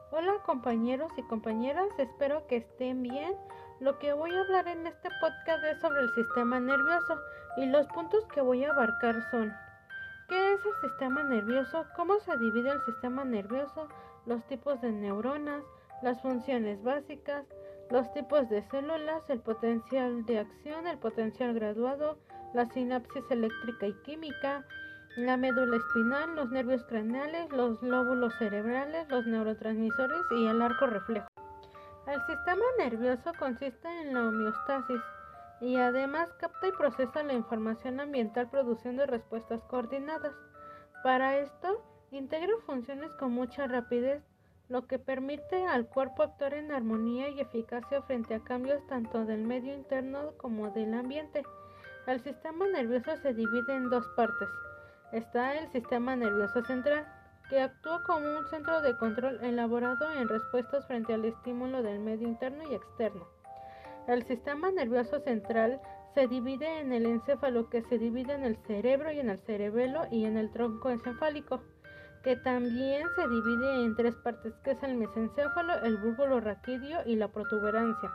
Hola compañeros y compañeras, espero que estén bien. Lo que voy a hablar en este podcast es sobre el sistema nervioso y los puntos que voy a abarcar son: ¿qué es el sistema nervioso? ¿Cómo se divide el sistema nervioso? Los tipos de neuronas, las funciones básicas, los tipos de células, el potencial de acción, el potencial graduado, la sinapsis eléctrica y química, la médula espinal, los nervios craneales, los lóbulos cerebrales, los neurotransmisores y el arco reflejo. El sistema nervioso consiste en la homeostasis y además capta y procesa la información ambiental produciendo respuestas coordinadas. Para esto, integra funciones con mucha rapidez, lo que permite al cuerpo actuar en armonía y eficacia frente a cambios tanto del medio interno como del ambiente. El sistema nervioso se divide en dos partes. Está el sistema nervioso central, que actúa como un centro de control elaborado en respuestas frente al estímulo del medio interno y externo. El sistema nervioso central se divide en el encéfalo, que se divide en el cerebro y en el cerebelo y en el tronco encefálico, que también se divide en tres partes, que es el mesencéfalo, el bulbo raquídeo y la protuberancia.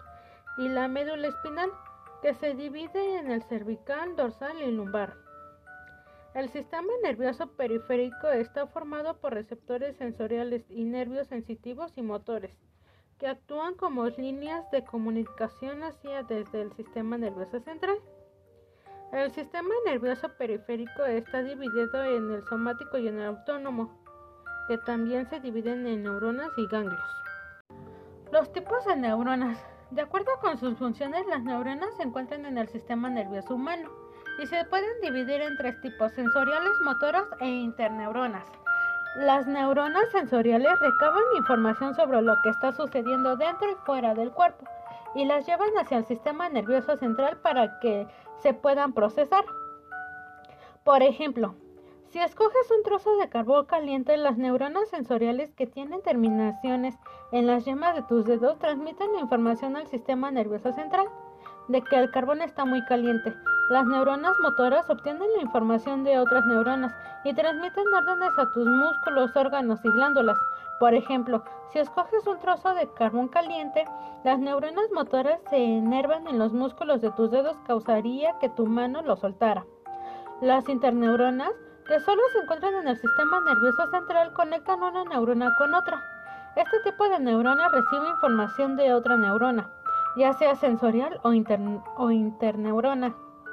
Y la médula espinal, que se divide en el cervical, dorsal y lumbar. El sistema nervioso periférico está formado por receptores sensoriales y nervios sensitivos y motores, que actúan como líneas de comunicación hacia desde el sistema nervioso central. El sistema nervioso periférico está dividido en el somático y en el autónomo, que también se dividen en neuronas y ganglios. Los tipos de neuronas. De acuerdo con sus funciones, las neuronas se encuentran en el sistema nervioso humano y se pueden dividir en tres tipos: sensoriales, motoras e interneuronas. Las neuronas sensoriales recaban información sobre lo que está sucediendo dentro y fuera del cuerpo y las llevan hacia el sistema nervioso central para que se puedan procesar. Por ejemplo, si escoges un trozo de carbón caliente, las neuronas sensoriales que tienen terminaciones en las yemas de tus dedos transmiten la información al sistema nervioso central de que el carbón está muy caliente. Las neuronas motoras obtienen la información de otras neuronas y transmiten órdenes a tus músculos, órganos y glándulas. Por ejemplo, si escoges un trozo de carbón caliente, las neuronas motoras se inervan en los músculos de tus dedos, causaría que tu mano lo soltara. Las interneuronas, que solo se encuentran en el sistema nervioso central, conectan una neurona con otra. Este tipo de neurona recibe información de otra neurona, ya sea sensorial o interneurona,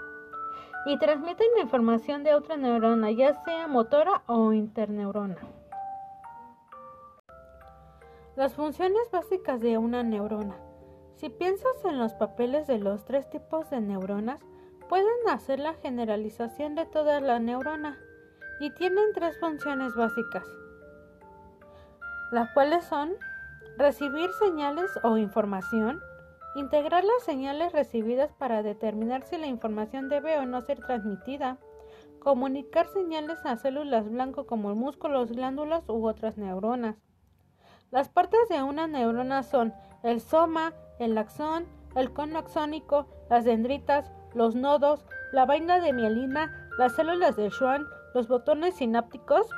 y transmiten la información de otra neurona, ya sea motora o interneurona. Las funciones básicas de una neurona. Si piensas en los papeles de los tres tipos de neuronas, pueden hacer la generalización de toda la neurona y tienen tres funciones básicas, las cuales son: recibir señales o información, integrar las señales recibidas para determinar si la información debe o no ser transmitida, comunicar señales a células blanco como músculos, glándulas u otras neuronas. Las partes de una neurona son el soma, el axón, el cono axónico, las dendritas, los nodos, la vaina de mielina, las células de Schwann, los botones sinápticos.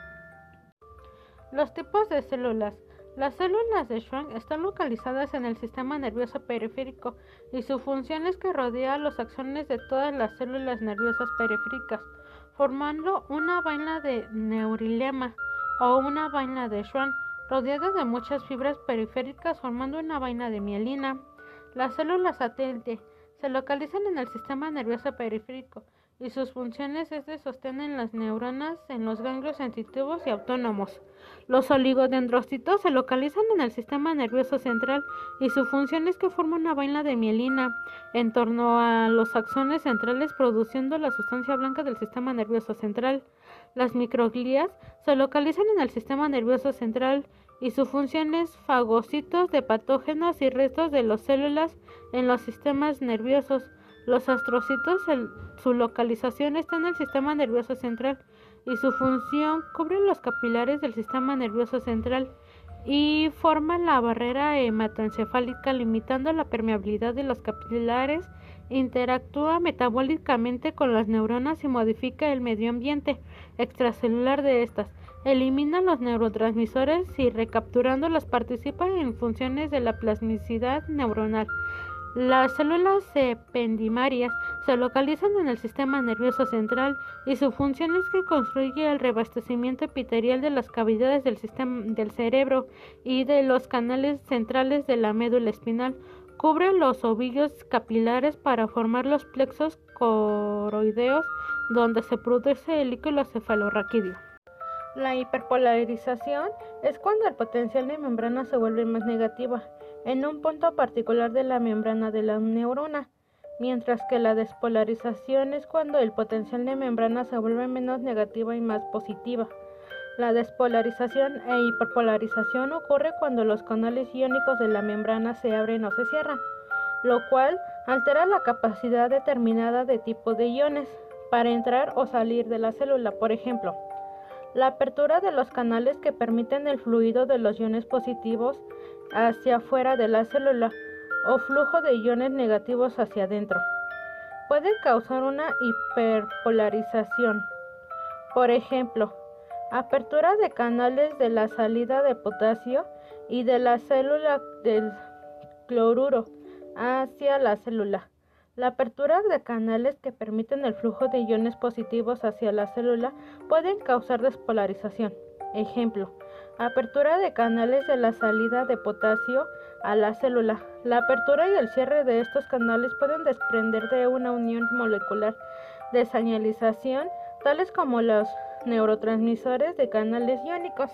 Los tipos de células. Las células de Schwann están localizadas en el sistema nervioso periférico y su función es que rodea los axones de todas las células nerviosas periféricas, formando una vaina de neurilema o una vaina de Schwann, rodeada de muchas fibras periféricas formando una vaina de mielina. Las células satélite se localizan en el sistema nervioso periférico y sus funciones es de sostener las neuronas en los ganglios sensitivos y autónomos. Los oligodendrocitos se localizan en el sistema nervioso central y su función es que forma una vaina de mielina en torno a los axones centrales, produciendo la sustancia blanca del sistema nervioso central. Las microglías se localizan en el sistema nervioso central y su función es fagocitos de patógenos y restos de las células en los sistemas nerviosos. Los astrocitos, su localización está en el sistema nervioso central y su función cubre los capilares del sistema nervioso central y forma la barrera hematoencefálica, limitando la permeabilidad de los capilares interactúa metabólicamente con las neuronas y modifica el medio ambiente extracelular de estas. Elimina los neurotransmisores y recapturándolos participa en funciones de la plasticidad neuronal. Las células ependimarias se localizan en el sistema nervioso central y su función es que construye el reabastecimiento epitelial de las cavidades del sistema del cerebro y de los canales centrales de la médula espinal. Cubre los ovillos capilares para formar los plexos coroideos donde se produce el líquido cefalorraquídeo. La hiperpolarización es cuando el potencial de membrana se vuelve más negativa en un punto particular de la membrana de la neurona, mientras que la despolarización es cuando el potencial de membrana se vuelve menos negativa y más positiva. La despolarización e hiperpolarización ocurre cuando los canales iónicos de la membrana se abren o se cierran, lo cual altera la capacidad determinada de tipo de iones para entrar o salir de la célula. Por ejemplo, la apertura de los canales que permiten el fluido de los iones positivos hacia afuera de la célula o flujo de iones negativos hacia adentro puede causar una hiperpolarización. Por ejemplo, apertura de canales de la salida de potasio y de la célula del cloruro hacia la célula. La apertura de canales que permiten el flujo de iones positivos hacia la célula pueden causar despolarización. Ejemplo, apertura de canales de la salida de potasio a la célula. La apertura y el cierre de estos canales pueden desprender de una unión molecular de señalización, tales como los neurotransmisores de canales iónicos,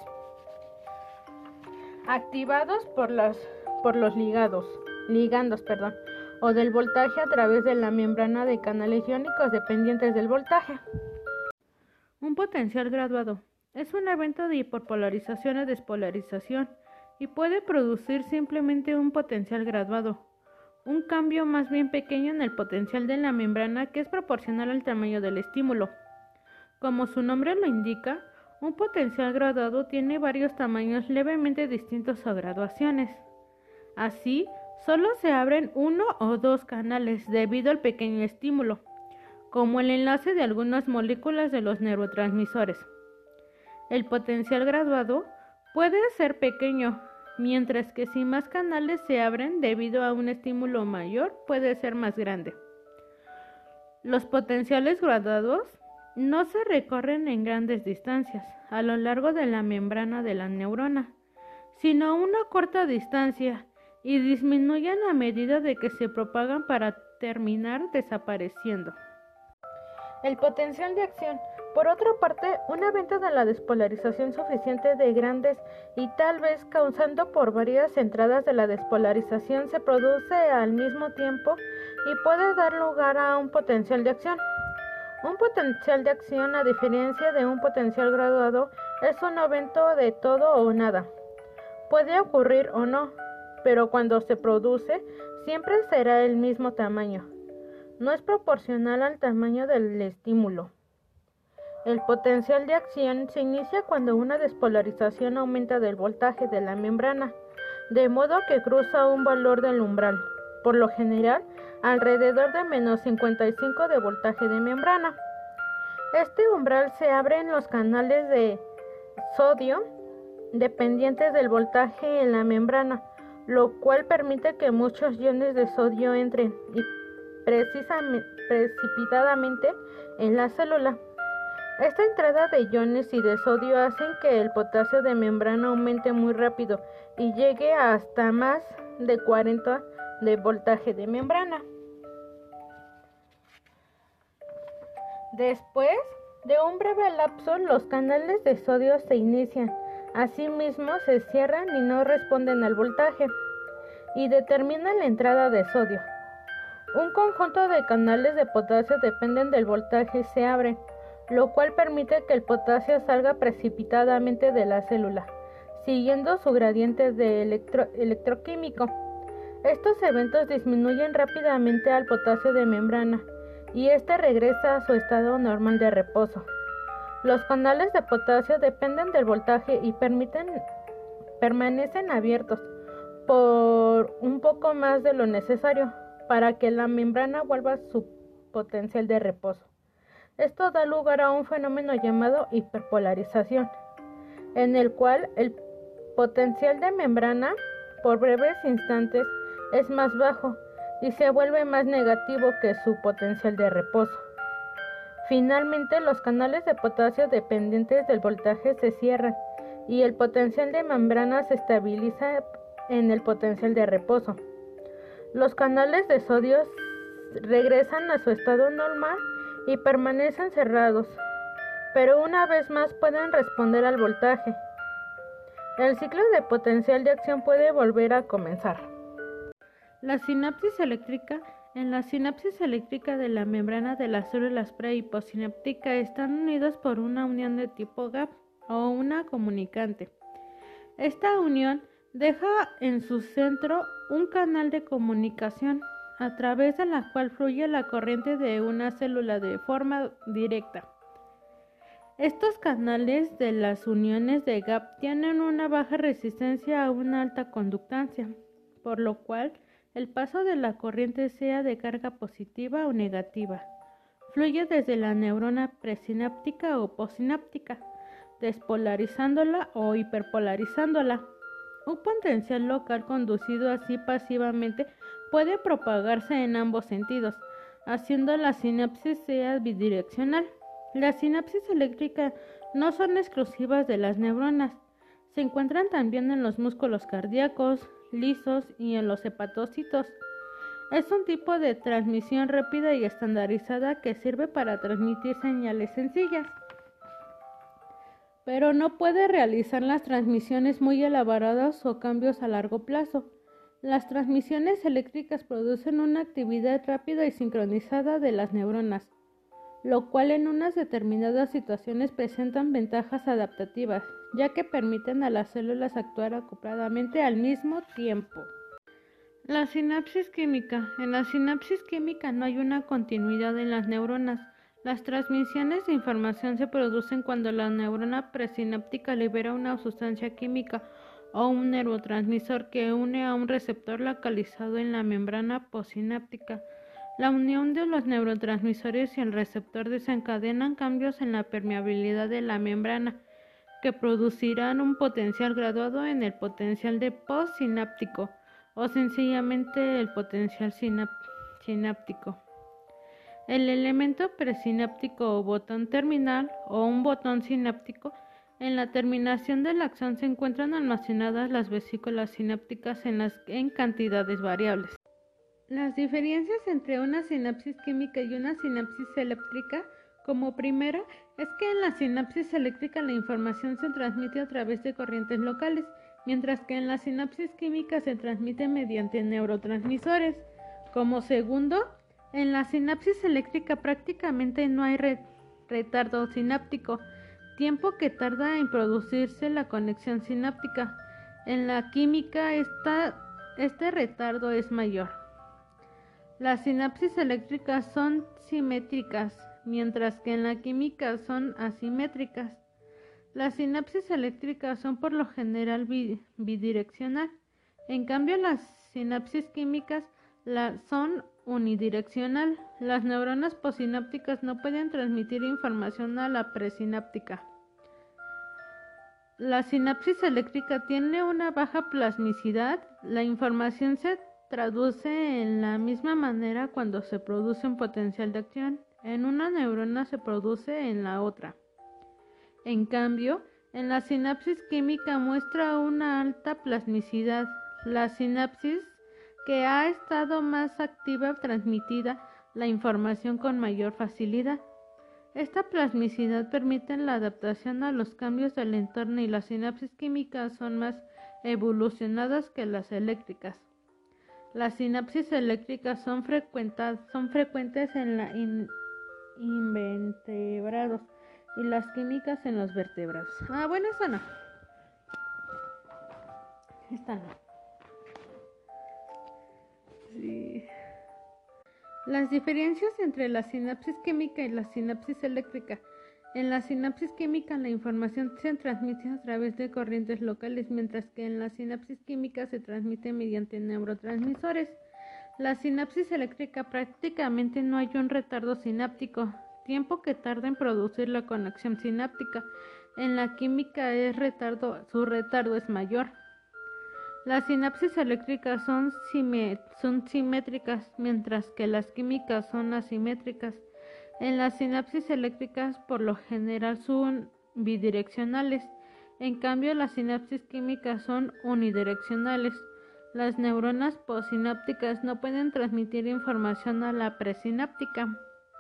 activados por los ligandos, o del voltaje a través de la membrana de canales iónicos dependientes del voltaje. Un potencial graduado es un evento de hiperpolarización o despolarización y puede producir simplemente un potencial graduado, un cambio más bien pequeño en el potencial de la membrana que es proporcional al tamaño del estímulo. Como su nombre lo indica, un potencial graduado tiene varios tamaños levemente distintos o graduaciones. Así, solo se abren uno o dos canales debido al pequeño estímulo, como el enlace de algunas moléculas de los neurotransmisores. El potencial graduado puede ser pequeño, mientras que si más canales se abren debido a un estímulo mayor, puede ser más grande. Los potenciales graduados no se recorren en grandes distancias a lo largo de la membrana de la neurona, sino a una corta distancia y disminuyen a medida de que se propagan para terminar desapareciendo. El potencial de acción. Por otra parte, un evento de la despolarización suficiente de grandes y tal vez causando por varias entradas de la despolarización se produce al mismo tiempo y puede dar lugar a un potencial de acción. Un potencial de acción, a diferencia de un potencial graduado, es un evento de todo o nada. Puede ocurrir o no, pero cuando se produce, siempre será el mismo tamaño. No es proporcional al tamaño del estímulo. El potencial de acción se inicia cuando una despolarización aumenta del voltaje de la membrana, de modo que cruza un valor del umbral, por lo general alrededor de menos 55 de voltaje de membrana. Este umbral se abre en los canales de sodio dependientes del voltaje en la membrana, lo cual permite que muchos iones de sodio entren y precipitadamente en la célula. Esta entrada de iones y de sodio hacen que el potasio de membrana aumente muy rápido y llegue hasta más de 40 de voltaje de membrana. Después de un breve lapso, los canales de sodio se inician, asimismo se cierran y no responden al voltaje, y determinan la entrada de sodio. Un conjunto de canales de potasio dependen del voltaje y se abren, lo cual permite que el potasio salga precipitadamente de la célula, siguiendo su gradiente de electroquímico. Estos eventos disminuyen rápidamente al potasio de membrana y este regresa a su estado normal de reposo. Los canales de potasio dependen del voltaje y permanecen abiertos por un poco más de lo necesario, para que la membrana vuelva a su potencial de reposo. Esto da lugar a un fenómeno llamado hiperpolarización, en el cual el potencial de membrana por breves instantes es más bajo y se vuelve más negativo que su potencial de reposo. Finalmente, los canales de potasio dependientes del voltaje se cierran y el potencial de membrana se estabiliza en el potencial de reposo. Los canales de sodio regresan a su estado normal y permanecen cerrados, pero una vez más pueden responder al voltaje. El ciclo de potencial de acción puede volver a comenzar. La sinapsis eléctrica. En la sinapsis eléctrica de la membrana de las células pre- y postsináptica están unidos por una unión de tipo gap o una comunicante. Esta unión deja en su centro un canal de comunicación a través de la cual fluye la corriente de una célula de forma directa. Estos canales de las uniones de gap tienen una baja resistencia a una alta conductancia, por lo cual el paso de la corriente sea de carga positiva o negativa. Fluye desde la neurona presináptica o postsináptica, despolarizándola o hiperpolarizándola. Un potencial local conducido así pasivamente puede propagarse en ambos sentidos, haciendo la sinapsis sea bidireccional. Las sinapsis eléctricas no son exclusivas de las neuronas, se encuentran también en los músculos cardíacos, lisos y en los hepatocitos. Es un tipo de transmisión rápida y estandarizada que sirve para transmitir señales sencillas, pero no puede realizar las transmisiones muy elaboradas o cambios a largo plazo. Las transmisiones eléctricas producen una actividad rápida y sincronizada de las neuronas, lo cual en unas determinadas situaciones presentan ventajas adaptativas, ya que permiten a las células actuar acopladamente al mismo tiempo. La sinapsis química. En la sinapsis química no hay una continuidad en las neuronas. Las transmisiones de información se producen cuando la neurona presináptica libera una sustancia química o un neurotransmisor que une a un receptor localizado en la membrana postsináptica. La unión de los neurotransmisores y el receptor desencadenan cambios en la permeabilidad de la membrana, que producirán un potencial graduado en el potencial de postsináptico o sencillamente el potencial sináptico. El elemento presináptico o botón terminal o un botón sináptico. En la terminación del axón se encuentran almacenadas las vesículas sinápticas en cantidades variables. Las diferencias entre una sinapsis química y una sinapsis eléctrica, como primera, es que en la sinapsis eléctrica la información se transmite a través de corrientes locales, mientras que en la sinapsis química se transmite mediante neurotransmisores. Como segundo, en la sinapsis eléctrica prácticamente no hay retardo sináptico, tiempo que tarda en producirse la conexión sináptica. En la química este retardo es mayor. Las sinapsis eléctricas son simétricas, mientras que en la química son asimétricas. Las sinapsis eléctricas son por lo general bidireccional. En cambio, las sinapsis químicas son unidireccional. Las neuronas postsinápticas no pueden transmitir información a la presináptica. La sinapsis eléctrica tiene una baja plasmicidad. La información se traduce en la misma manera cuando se produce un potencial de acción. En una neurona se produce en la otra. En cambio, en la sinapsis química muestra una alta plasmicidad. La sinapsis que ha estado más activa transmitida la información con mayor facilidad. Esta plasmicidad permite la adaptación a los cambios del entorno y las sinapsis químicas son más evolucionadas que las eléctricas. Las sinapsis eléctricas son frecuentes en la invertebrados y las químicas en los vertebrados. Bueno, esta no. Esta no. Sí. Las diferencias entre la sinapsis química y la sinapsis eléctrica. En la sinapsis química la información se transmite a través de corrientes locales, mientras que en la sinapsis química se transmite mediante neurotransmisores. La sinapsis eléctrica prácticamente no hay un retardo sináptico, tiempo que tarda en producir la conexión sináptica. En la química su retardo es mayor. Las sinapsis eléctricas son simétricas, mientras que las químicas son asimétricas. En las sinapsis eléctricas por lo general son bidireccionales, en cambio las sinapsis químicas son unidireccionales. Las neuronas postsinápticas no pueden transmitir información a la presináptica.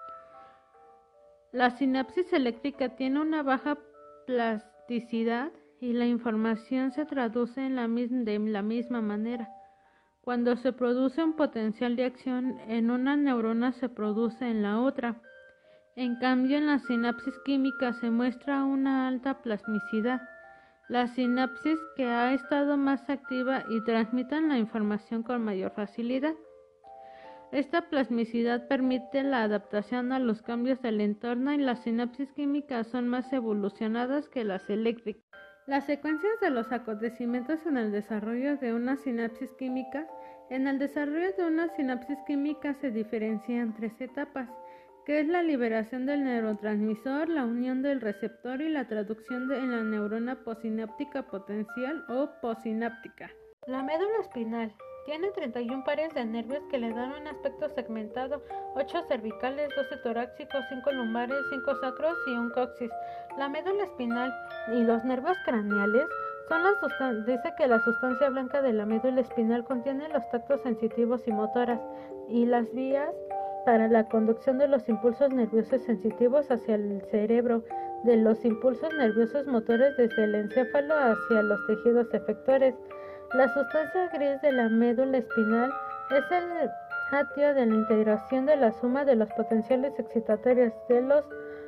La sinapsis eléctrica tiene una baja plasticidad y la información se traduce de la misma manera. Cuando se produce un potencial de acción en una neurona se produce en la otra. En cambio, en la sinapsis química se muestra una alta plasticidad. La sinapsis que ha estado más activa y transmiten la información con mayor facilidad. Esta plasticidad permite la adaptación a los cambios del entorno y las sinapsis químicas son más evolucionadas que las eléctricas. Las secuencias de los acontecimientos en el desarrollo de una sinapsis química. En el desarrollo de una sinapsis química se diferencian tres etapas, que es la liberación del neurotransmisor, la unión del receptor y la traducción en la neurona postsináptica potencial o postsináptica. La médula espinal tiene 31 pares de nervios que le dan un aspecto segmentado, 8 cervicales, 12 torácicos, 5 lumbares, 5 sacros y un coxis. La médula espinal y los nervios craneales dice que la sustancia blanca de la médula espinal contiene los tactos sensitivos y motoras y las vías para la conducción de los impulsos nerviosos sensitivos hacia el cerebro, de los impulsos nerviosos motores desde el encéfalo hacia los tejidos efectores. La sustancia gris de la médula espinal es el atio de la integración de la suma de los potenciales excitatorios de los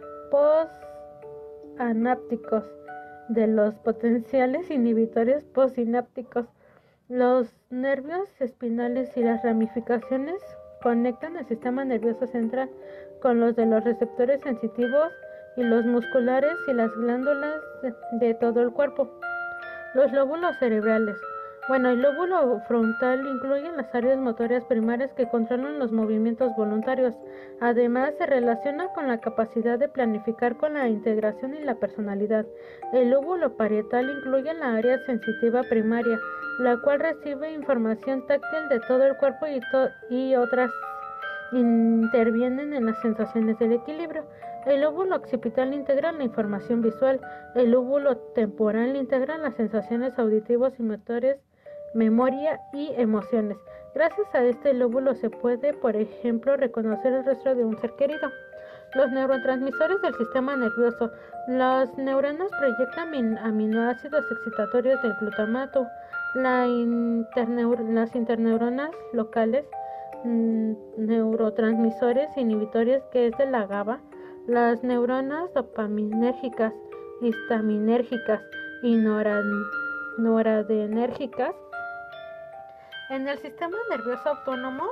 posanápticos, de los potenciales inhibitorios postsinápticos. Los nervios espinales y las ramificaciones conectan el sistema nervioso central con los de los receptores sensitivos y los musculares y las glándulas de todo el cuerpo. Los lóbulos cerebrales. El lóbulo frontal incluye las áreas motoras primarias que controlan los movimientos voluntarios. Además, se relaciona con la capacidad de planificar con la integración y la personalidad. El lóbulo parietal incluye la área sensitiva primaria, la cual recibe información táctil de todo el cuerpo y otras intervienen en las sensaciones del equilibrio. El lóbulo occipital integra la información visual. El lóbulo temporal integra las sensaciones auditivas y motores, memoria y emociones. Gracias a este lóbulo se puede, por ejemplo, reconocer el rostro de un ser querido. Los neurotransmisores del sistema nervioso. Las neuronas proyectan aminoácidos excitatorios del glutamato. Las interneuronas locales, neurotransmisores inhibidores que es de la GABA. Las neuronas dopaminérgicas, histaminérgicas y noradrenérgicas. En el sistema nervioso autónomo,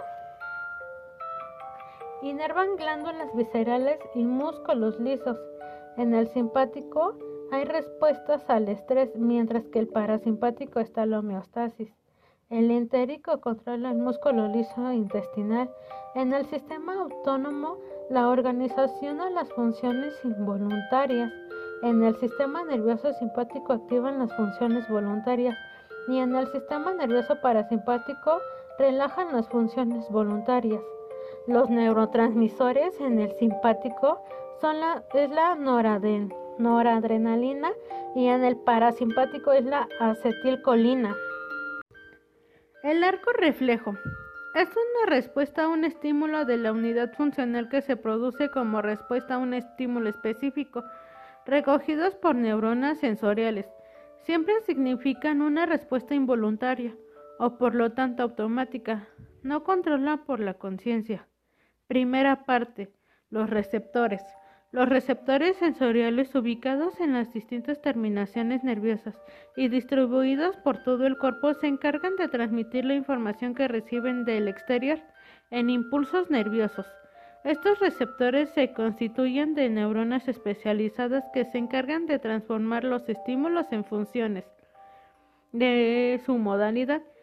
inervan glándulas viscerales y músculos lisos. En el simpático hay respuestas al estrés, mientras que el parasimpático está la homeostasis. El entérico controla el músculo liso intestinal. En el sistema autónomo, la organización a las funciones involuntarias. En el sistema nervioso simpático activan las funciones voluntarias y en el sistema nervioso parasimpático relajan las funciones voluntarias. Los neurotransmisores en el simpático es la noradrenalina y en el parasimpático es la acetilcolina. El arco reflejo es una respuesta a un estímulo de la unidad funcional que se produce como respuesta a un estímulo específico, recogidos por neuronas sensoriales. Siempre significan una respuesta involuntaria o por lo tanto automática, no controlada por la conciencia. Primera parte, los receptores. Los receptores sensoriales ubicados en las distintas terminaciones nerviosas y distribuidos por todo el cuerpo se encargan de transmitir la información que reciben del exterior en impulsos nerviosos. Estos receptores se constituyen de neuronas especializadas que se encargan de transformar los estímulos en funciones de su modalidad.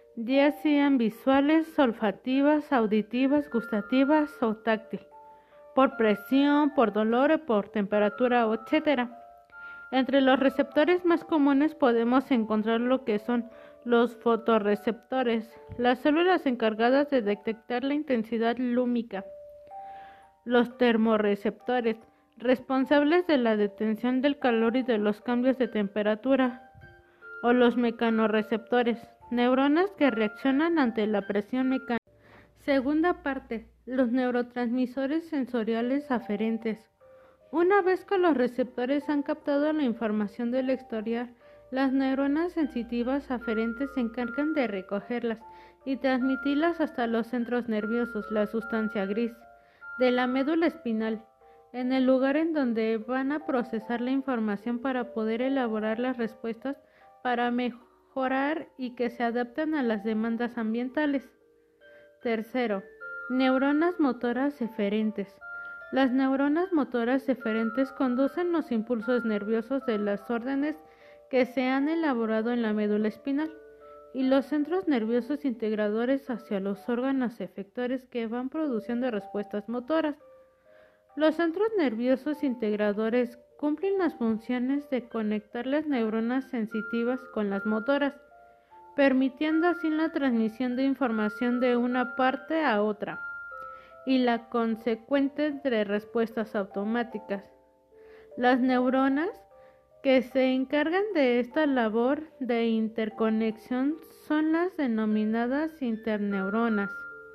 ya sean visuales, olfativas, auditivas, gustativas o táctil, por presión, por dolor o por temperatura, etc. Entre los receptores más comunes podemos encontrar lo que son los fotorreceptores, las células encargadas de detectar la intensidad lúmica, los termorreceptores, responsables de la detención del calor y de los cambios de temperatura, o los mecanorreceptores, neuronas que reaccionan ante la presión mecánica. Segunda parte, los neurotransmisores sensoriales aferentes. Una vez que los receptores han captado la información del exterior, las neuronas sensitivas aferentes se encargan de recogerlas y transmitirlas hasta los centros nerviosos, la sustancia gris, de la médula espinal, en el lugar en donde van a procesar la información para poder elaborar las respuestas para mejorar y que se adapten a las demandas ambientales. Tercero, neuronas motoras eferentes. Las neuronas motoras eferentes conducen los impulsos nerviosos de las órdenes que se han elaborado en la médula espinal y los centros nerviosos integradores hacia los órganos efectores que van produciendo respuestas motoras. Los centros nerviosos integradores cumplen las funciones de conectar las neuronas sensitivas con las motoras, permitiendo así la transmisión de información de una parte a otra y la consecuente de respuestas automáticas. Las neuronas que se encargan de esta labor de interconexión son las denominadas interneuronas.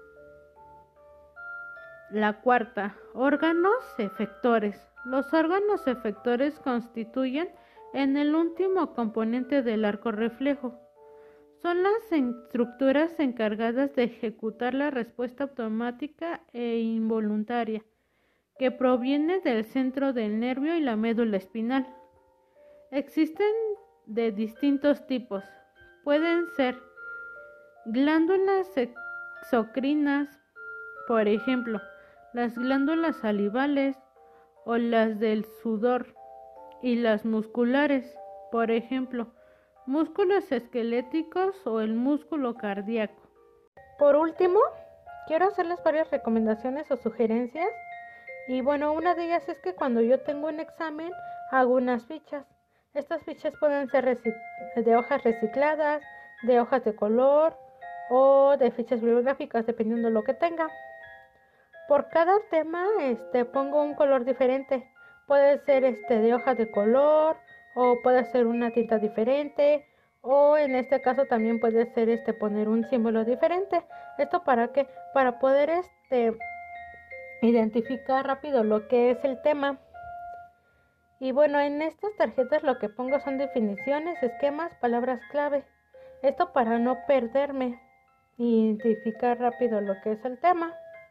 La cuarta, órganos efectores. Los órganos efectores constituyen en el último componente del arco reflejo. Son las estructuras encargadas de ejecutar la respuesta automática e involuntaria que proviene del centro del nervio y la médula espinal. Existen de distintos tipos. Pueden ser glándulas exocrinas, por ejemplo, las glándulas salivales o las del sudor, y las musculares, por ejemplo, músculos esqueléticos o el músculo cardíaco. Por último, quiero hacerles varias recomendaciones o sugerencias. Y bueno, una de ellas es que cuando yo tengo un examen, hago unas fichas. Estas fichas pueden ser de hojas recicladas, de hojas de color o de fichas bibliográficas, dependiendo de lo que tenga. Por cada tema pongo un color diferente. Puede ser de hojas de color, o puede ser una tinta diferente, o en este caso también puede ser poner un símbolo diferente. ¿Esto para qué? Para poder identificar rápido lo que es el tema. Y bueno, en estas tarjetas lo que pongo son definiciones, esquemas, palabras clave. Esto para no perderme y identificar rápido lo que es el tema.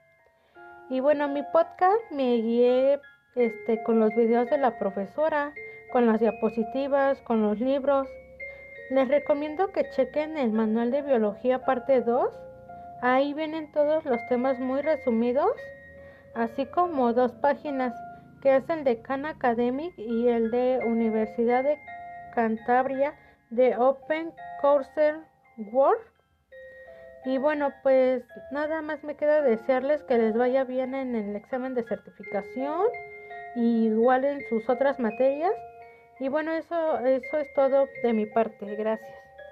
Y bueno, mi podcast me guié con los videos de la profesora, con las diapositivas, con los libros. Les recomiendo que chequen el manual de biología parte 2. Ahí vienen todos los temas muy resumidos, así como 2 páginas, que es el de Khan Academic y el de Universidad de Cantabria de Open Courseware. Y bueno, pues nada más me queda desearles que les vaya bien en el examen de certificación y igual en sus otras materias. Y bueno, eso es todo de mi parte. Gracias.